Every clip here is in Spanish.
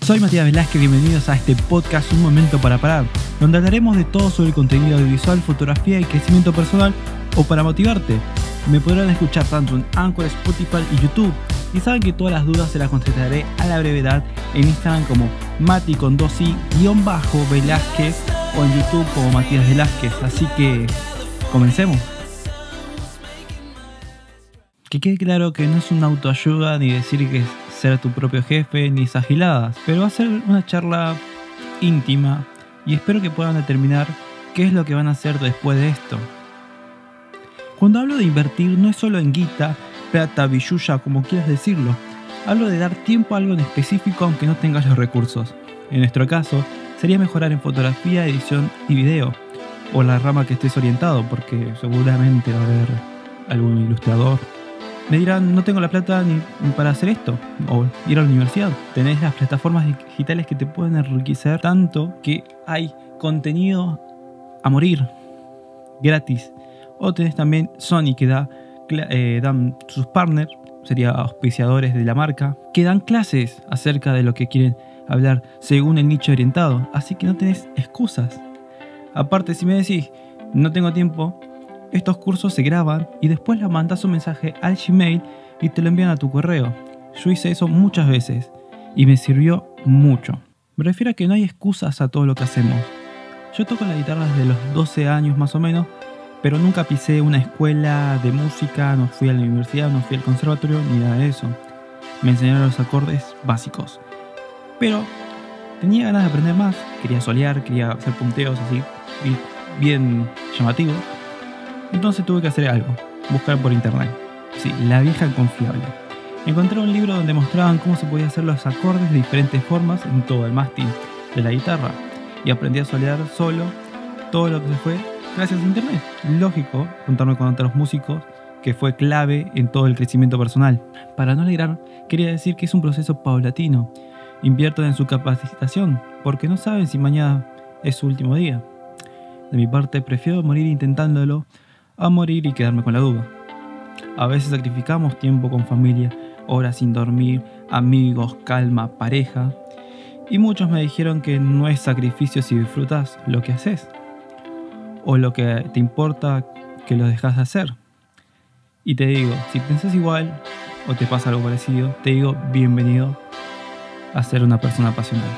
Soy Matías Velázquez, bienvenidos a este podcast Un Momento para Parar, donde hablaremos de todo sobre el contenido audiovisual, fotografía y crecimiento personal o para motivarte. Me podrán escuchar tanto en Anchor, Spotify y YouTube. Y saben que todas las dudas se las contestaré a la brevedad en Instagram como Mati con 2i_ Velázquez o en YouTube como Matías Velázquez. Así que comencemos. Que quede claro que no es una autoayuda ni decir que es ser tu propio jefe ni esas giladas, pero va a ser una charla íntima y espero que puedan determinar qué es lo que van a hacer después de esto. Cuando hablo de invertir no es solo en guita, plata, billulla, como quieras decirlo. Hablo de dar tiempo a algo en específico aunque no tengas los recursos. En nuestro caso, sería mejorar en fotografía, edición y video, o la rama que estés orientado, porque seguramente va a haber algún ilustrador. Me dirán, no tengo la plata ni para hacer esto, o ir a la universidad. Tenés las plataformas digitales que te pueden enriquecer tanto que hay contenido a morir, gratis. O tenés también Sony que dan sus partners, sería auspiciadores de la marca, que dan clases acerca de lo que quieren hablar según el nicho orientado. Así que no tenés excusas. Aparte, si me decís, no tengo tiempo, estos cursos se graban y después le mandas un mensaje al Gmail y te lo envían a tu correo. Yo hice eso muchas veces y me sirvió mucho. Me refiero a que no hay excusas a todo lo que hacemos. Yo toco la guitarra desde los 12 años más o menos, pero nunca pisé una escuela de música, no fui a la universidad, no fui al conservatorio, ni nada de eso. Me enseñaron los acordes básicos. Pero tenía ganas de aprender más, quería solear, quería hacer punteos así, bien llamativos. Entonces tuve que hacer algo, buscar por internet. Sí, la vieja confiable. Encontré un libro donde mostraban cómo se podía hacer los acordes de diferentes formas en todo el mástil de la guitarra. Y aprendí a solear solo todo lo que se fue gracias a internet. Lógico, juntarme con otros músicos, que fue clave en todo el crecimiento personal. Para no alegrar, quería decir que es un proceso paulatino. Inviertan en su capacitación, porque no saben si mañana es su último día. De mi parte, prefiero morir intentándolo a morir y quedarme con la duda. A veces sacrificamos tiempo con familia, horas sin dormir, amigos, calma, pareja. Y muchos me dijeron que no es sacrificio si disfrutas lo que haces. O lo que te importa que lo dejas de hacer. Y te digo, si pensás igual o te pasa algo parecido, te digo bienvenido a ser una persona apasionada.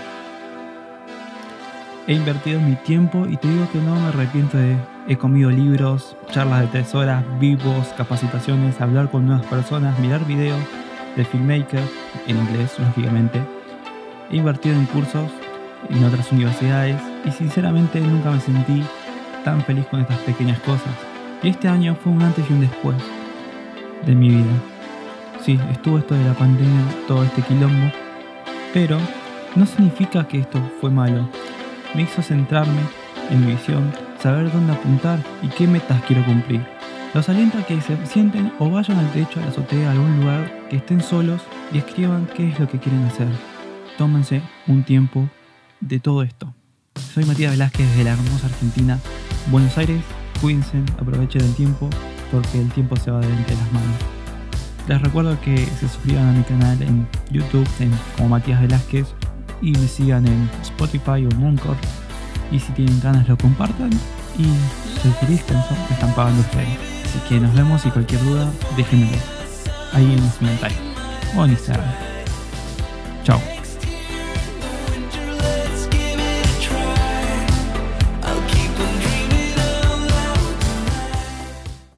He invertido mi tiempo y te digo que no me arrepiento he comido libros, charlas de 3 horas, vivos, capacitaciones, hablar con nuevas personas, mirar videos de filmmaker, en inglés lógicamente. He invertido en cursos en otras universidades y sinceramente nunca me sentí tan feliz con estas pequeñas cosas. Y este año fue un antes y un después de mi vida. Sí, estuvo esto de la pandemia, todo este quilombo, pero no significa que esto fue malo. Me hizo centrarme en mi visión, saber dónde apuntar y qué metas quiero cumplir. Los aliento a que se sienten o vayan al techo, a la azotea, a algún lugar, que estén solos y escriban qué es lo que quieren hacer. Tómense un tiempo de todo esto. Soy Matías Velázquez desde la hermosa Argentina, Buenos Aires. Cuídense, aprovechen el tiempo porque el tiempo se va de entre las manos. Les recuerdo que se suscriban a mi canal en YouTube como Matías Velázquez y me sigan en Spotify o en Anchor. Y si tienen ganas lo compartan y soy feliz con eso, me están pagando ustedes. Así que nos vemos y cualquier duda déjenmelo ahí en los comentarios o en Instagram. Chao.